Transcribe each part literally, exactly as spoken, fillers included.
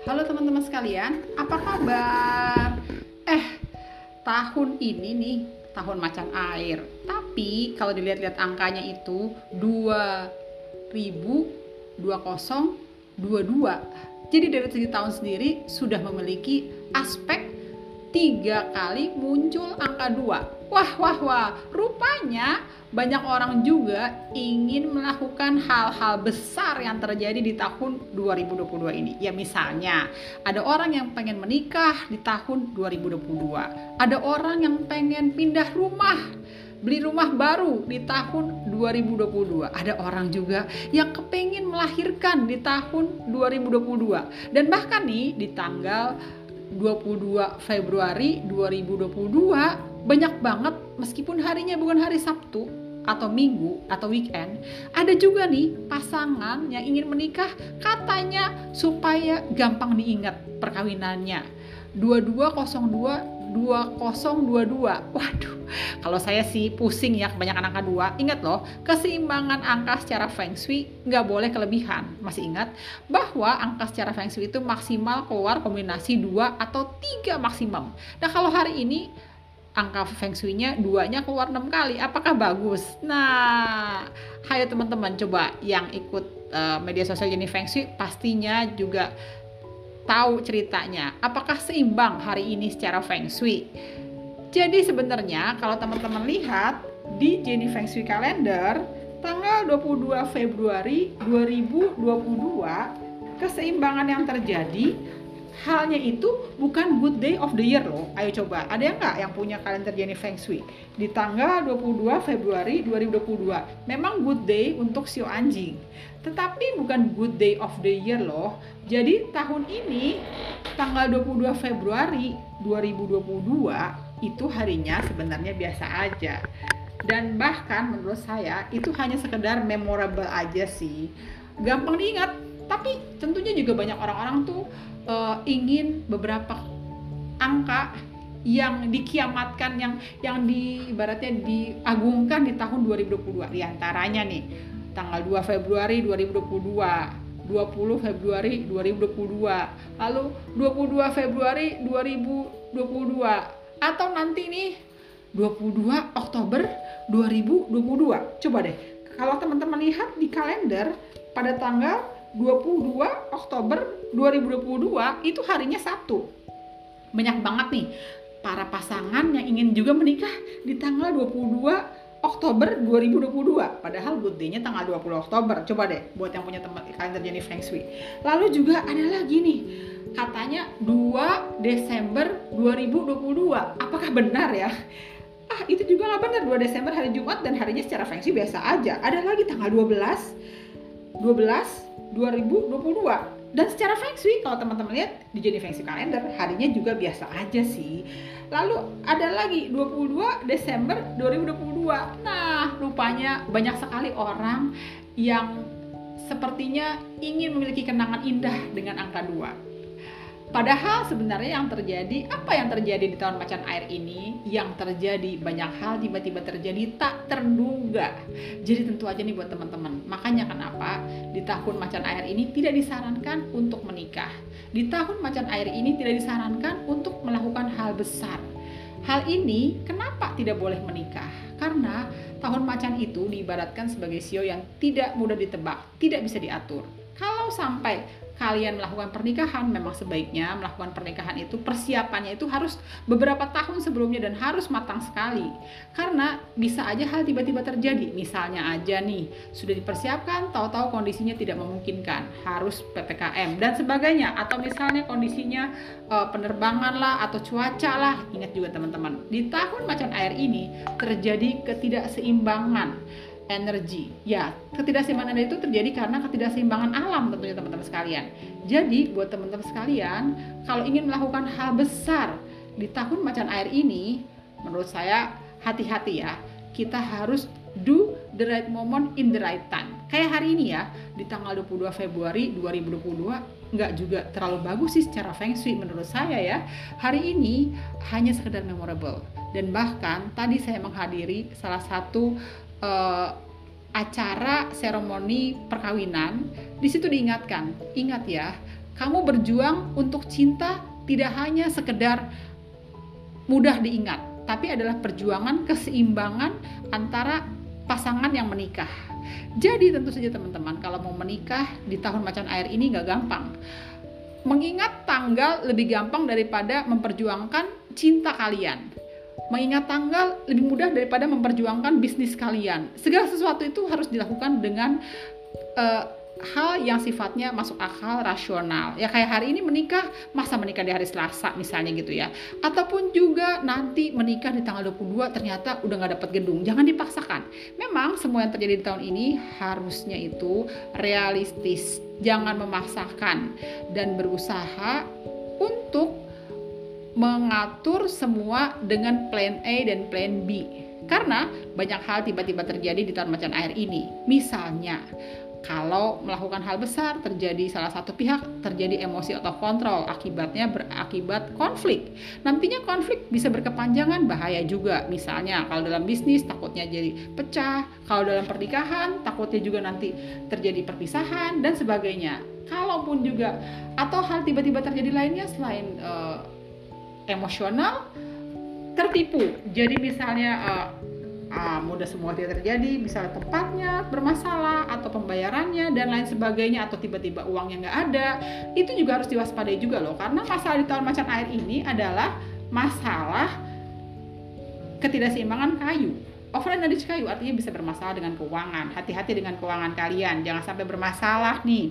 Halo teman-teman sekalian, apa kabar? Eh, tahun ini nih, tahun macan air. Tapi kalau dilihat-lihat angkanya itu dua ribu dua puluh dua puluh dua. Jadi dari segi tahun sendiri sudah memiliki aspek tiga kali muncul angka dua. Wah, wah, wah. Rupanya banyak orang juga ingin melakukan hal-hal besar yang terjadi di tahun dua ribu dua puluh dua ini. Ya misalnya, ada orang yang pengen menikah di tahun dua ribu dua puluh dua. Ada orang yang pengen pindah rumah, beli rumah baru di tahun dua ribu dua puluh dua. Ada orang juga yang kepingin melahirkan di tahun dua ribu dua puluh dua. Dan bahkan nih di tanggal dua puluh dua Februari dua ribu dua puluh dua banyak banget, meskipun harinya bukan hari Sabtu atau Minggu atau weekend, ada juga nih pasangan yang ingin menikah katanya supaya gampang diingat perkawinannya. dua dua nol dua dua nol dua dua. Waduh, kalau saya sih pusing ya kebanyakan angka dua. Ingat loh, keseimbangan angka secara Feng Shui nggak boleh kelebihan. Masih ingat bahwa angka secara Feng Shui itu maksimal keluar kombinasi dua atau tiga maksimum. Nah kalau hari ini angka Feng Shui-nya duanya keluar enam kali. Apakah bagus? Nah, hayo teman-teman coba yang ikut uh, media sosial Jenny Feng Shui pastinya juga tahu ceritanya. Apakah seimbang hari ini secara Feng Shui? Jadi sebenarnya kalau teman-teman lihat di Jenny Feng Shui kalender tanggal dua puluh dua Februari dua ribu dua puluh dua, keseimbangan yang terjadi halnya itu bukan good day of the year loh. Ayo coba, ada yang nggak yang punya kalender Jenny Feng Shui? Di tanggal dua puluh dua Februari dua ribu dua puluh dua memang good day untuk sio anjing, tetapi bukan good day of the year loh. Jadi tahun ini tanggal dua puluh dua Februari dua ribu dua puluh dua itu harinya sebenarnya biasa aja. Dan bahkan menurut saya itu hanya sekedar memorable aja sih. Gampang diingat, tapi tentunya juga banyak orang-orang tuh Uh, ingin beberapa angka yang dikiamatkan, yang yang di ibaratnya diagungkan di tahun dua ribu dua puluh dua. Di antaranya nih tanggal dua Februari dua ribu dua puluh dua, dua puluh Februari dua ribu dua puluh dua, lalu dua puluh dua Februari dua ribu dua puluh dua, atau nanti nih dua puluh dua Oktober dua ribu dua puluh dua. Coba deh kalau teman-teman lihat di kalender pada tanggal dua puluh dua Oktober dua ribu dua puluh dua itu harinya Sabtu. Banyak banget nih para pasangan yang ingin juga menikah di tanggal dua puluh dua Oktober dua ribu dua puluh dua. Padahal good day-nya tanggal dua puluh Oktober. Coba deh buat yang punya tempat kalender Jenny Feng Shui. Lalu juga ada lagi nih, katanya dua Desember dua ribu dua puluh dua. Apakah benar ya? Ah, itu juga nggak benar. dua Desember hari Jumat dan harinya secara Feng Shui biasa aja. Ada lagi tanggal dua belas dua ribu dua puluh dua, dan secara Feng Shui kalau teman-teman lihat di Jenny Feng Shui kalender harinya juga biasa aja sih. Lalu ada lagi dua puluh dua Desember dua ribu dua puluh dua. Nah, rupanya banyak sekali orang yang sepertinya ingin memiliki kenangan indah dengan angka dua. Padahal sebenarnya yang terjadi, apa yang terjadi di tahun macan air ini? Yang terjadi banyak hal tiba-tiba terjadi tak terduga. Jadi tentu aja nih buat teman-teman, makanya kenapa di tahun macan air ini tidak disarankan untuk menikah. Di tahun macan air ini tidak disarankan untuk melakukan hal besar. Hal ini kenapa tidak boleh menikah? Karena tahun macan itu diibaratkan sebagai sio yang tidak mudah ditebak, tidak bisa diatur. Kalau sampai kalian melakukan pernikahan, memang sebaiknya melakukan pernikahan itu persiapannya itu harus beberapa tahun sebelumnya dan harus matang sekali. Karena bisa aja hal tiba-tiba terjadi. Misalnya aja nih, sudah dipersiapkan, tahu-tahu kondisinya tidak memungkinkan, harus P P K M dan sebagainya. Atau misalnya kondisinya e, penerbangan lah atau cuaca lah. Ingat juga teman-teman, di tahun macan air ini terjadi ketidakseimbangan energi. Ya, ketidakseimbangan itu terjadi karena ketidakseimbangan alam tentunya teman-teman sekalian. Jadi buat teman-teman sekalian, kalau ingin melakukan hal besar di tahun macan air ini, menurut saya hati-hati ya. Kita harus do the right moment in the right time. Kayak hari ini ya, di tanggal dua puluh dua Februari dua ribu dua puluh dua, nggak juga terlalu bagus sih secara Feng Shui menurut saya ya. Hari ini hanya sekedar memorable. Dan bahkan tadi saya menghadiri salah satu Uh, acara seremoni perkawinan. Di situ diingatkan, ingat ya, Kamu berjuang untuk cinta tidak hanya sekedar mudah diingat, tapi adalah perjuangan keseimbangan antara pasangan yang menikah. Jadi tentu saja teman-teman, kalau mau menikah di tahun macan air ini gak gampang. Mengingat tanggal lebih gampang daripada memperjuangkan cinta kalian. Mengingat tanggal lebih mudah daripada memperjuangkan bisnis kalian. Segala sesuatu itu harus dilakukan dengan uh, hal yang sifatnya masuk akal, rasional. Ya kayak hari ini menikah, masa menikah di hari Selasa misalnya gitu ya. Ataupun juga nanti menikah di tanggal dua puluh dua ternyata udah gak dapat gedung. Jangan dipaksakan. Memang semua yang terjadi di tahun ini harusnya itu realistis. Jangan memaksakan dan berusaha untuk mengatur semua dengan plan A dan plan B. Karena banyak hal tiba-tiba terjadi di tahun macan air ini. Misalnya, kalau melakukan hal besar terjadi salah satu pihak terjadi emosi atau kontrol, akibatnya berakibat konflik. Nantinya konflik bisa berkepanjangan, bahaya juga. Misalnya kalau dalam bisnis takutnya jadi pecah, kalau dalam pernikahan takutnya juga nanti terjadi perpisahan dan sebagainya. Kalaupun juga atau hal tiba-tiba terjadi lainnya selain uh, emosional, tertipu. Jadi misalnya uh, Ah, mudah semua tidak terjadi, misalnya tempatnya bermasalah atau pembayarannya dan lain sebagainya, atau tiba-tiba uangnya nggak ada, itu juga harus diwaspadai juga loh, karena masalah di tahun macan air ini adalah masalah ketidakseimbangan kayu. Overline dari kayu artinya bisa bermasalah dengan keuangan. Hati-hati dengan keuangan kalian, jangan sampai bermasalah nih.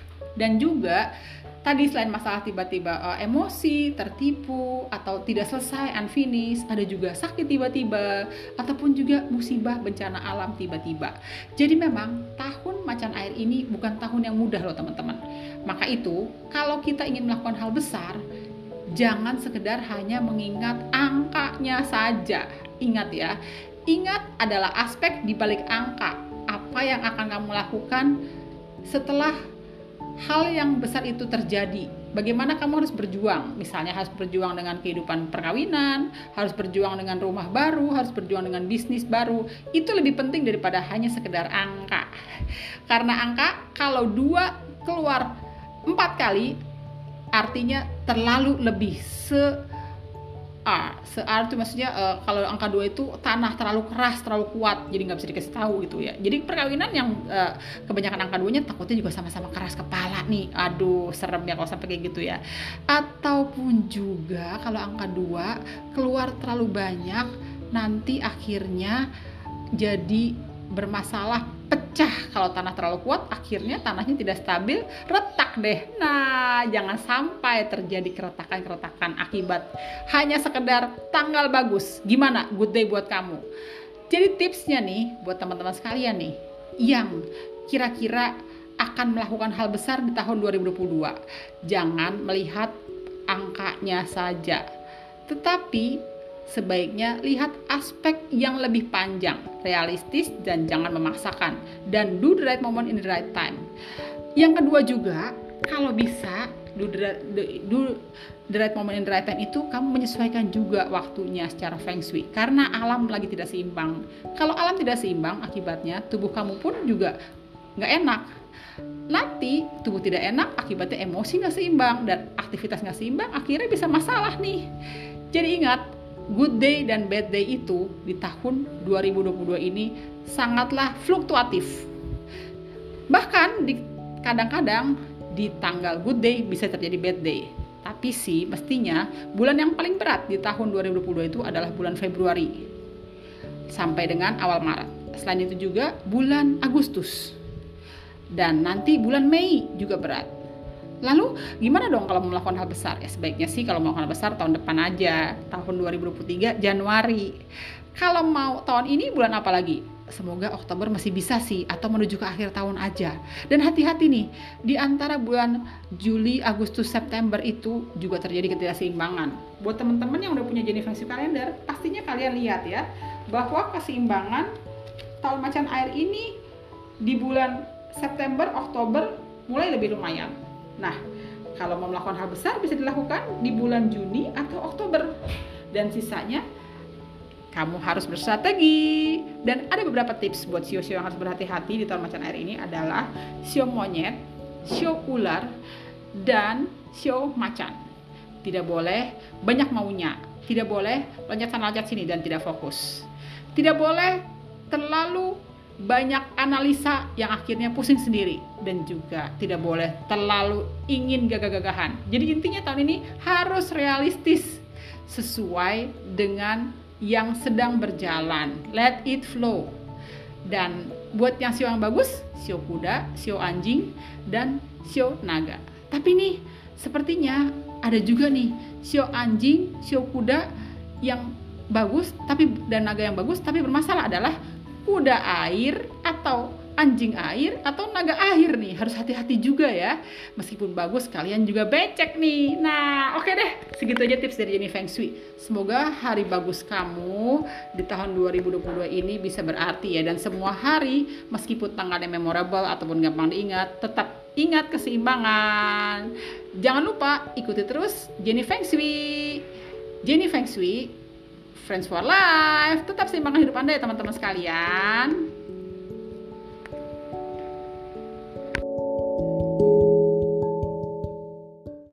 Dan juga tadi selain masalah tiba-tiba uh, emosi, tertipu, atau tidak selesai, unfinished, ada juga sakit tiba-tiba, ataupun juga musibah bencana alam tiba-tiba. Jadi memang tahun macan air ini bukan tahun yang mudah loh teman-teman. Maka itu, kalau kita ingin melakukan hal besar, jangan sekedar hanya mengingat angkanya saja. Ingat ya, ingat adalah aspek di balik angka. Apa yang akan kamu lakukan setelah hal yang besar itu terjadi. Bagaimana kamu harus berjuang, misalnya harus berjuang dengan kehidupan perkawinan, harus berjuang dengan rumah baru, harus berjuang dengan bisnis baru. Itu lebih penting daripada hanya sekedar angka. Karena angka kalau dua keluar empat kali, artinya terlalu lebih se Ah, searti maksudnya uh, kalau angka dua itu tanah terlalu keras, terlalu kuat, jadi nggak bisa dikasih tahu gitu ya. Jadi perkawinan yang uh, kebanyakan angka duanya takutnya juga sama-sama keras kepala nih. Aduh, serem ya kalau sampai kayak gitu ya. Ataupun juga kalau angka dua keluar terlalu banyak, nanti akhirnya jadi bermasalah, pecah. Kalau tanah terlalu kuat, akhirnya tanahnya tidak stabil, retak deh. Nah, jangan sampai terjadi keretakan-keretakan akibat hanya sekedar tanggal bagus. Gimana? Good day buat kamu. Jadi tipsnya nih buat teman-teman sekalian nih yang kira-kira akan melakukan hal besar di tahun dua ribu dua puluh dua. Jangan melihat angkanya saja, tetapi sebaiknya lihat aspek yang lebih panjang, realistis, dan jangan memaksakan. Dan do the right moment in the right time. Yang kedua juga, kalau bisa do the, do the right moment in the right time itu kamu menyesuaikan juga waktunya secara feng shui. Karena alam lagi tidak seimbang. Kalau alam tidak seimbang, akibatnya tubuh kamu pun juga nggak enak. Nanti tubuh tidak enak, akibatnya emosi nggak seimbang dan aktivitas nggak seimbang, akhirnya bisa masalah nih. Jadi ingat, good day dan bad day itu di tahun dua ribu dua puluh dua ini sangatlah fluktuatif. Bahkan di, kadang-kadang di tanggal good day bisa terjadi bad day. Tapi sih mestinya bulan yang paling berat di tahun dua ribu dua puluh dua itu adalah bulan Februari sampai dengan awal Maret. Selain itu juga bulan Agustus. Dan nanti bulan Mei juga berat. Lalu gimana dong kalau mau melakukan hal besar? Ya sebaiknya sih kalau mau melakukan hal besar tahun depan aja, tahun dua ribu dua puluh tiga Januari. Kalau mau tahun ini bulan apa lagi? Semoga Oktober masih bisa sih, atau menuju ke akhir tahun aja. Dan hati-hati nih, di antara bulan Juli, Agustus, September itu juga terjadi ketidakseimbangan. Buat teman-teman yang udah punya Jenny Feng Shui Kalender, pastinya kalian lihat ya, bahwa keseimbangan tahun macan air ini di bulan September, Oktober mulai lebih lumayan. Nah, kalau mau melakukan hal besar bisa dilakukan di bulan Juni atau Oktober. Dan sisanya kamu harus berstrategi. Dan ada beberapa tips buat sio-sio yang harus berhati-hati di tahun macan air ini adalah sio monyet, sio ular, dan Xiao macan. Tidak boleh banyak maunya, tidak boleh loncat sana loncat sini dan tidak fokus. Tidak boleh terlalu banyak analisa yang akhirnya pusing sendiri, dan juga tidak boleh terlalu ingin gagah-gagahan. Jadi intinya tahun ini harus realistis sesuai dengan yang sedang berjalan. Let it flow. Dan buat yang Xiao yang bagus, Xiao kuda, Xiao anjing, dan Xiao naga. Tapi nih sepertinya ada juga nih Xiao anjing, Xiao kuda yang bagus tapi dan naga yang bagus, tapi bermasalah adalah kuda air atau anjing air atau naga air nih. Harus hati-hati juga ya. Meskipun bagus, kalian juga becek nih. Nah, oke deh. Segitu aja tips dari Jenny Feng Shui. Semoga hari bagus kamu di tahun dua ribu dua puluh dua ini bisa berarti ya. Dan semua hari, meskipun tanggalnya memorable ataupun gampang diingat, tetap ingat keseimbangan. Jangan lupa ikuti terus Jenny Feng Shui. Jenny Feng Shui, Friends for Life. Tetap seimbangkan hidup Anda ya teman-teman sekalian.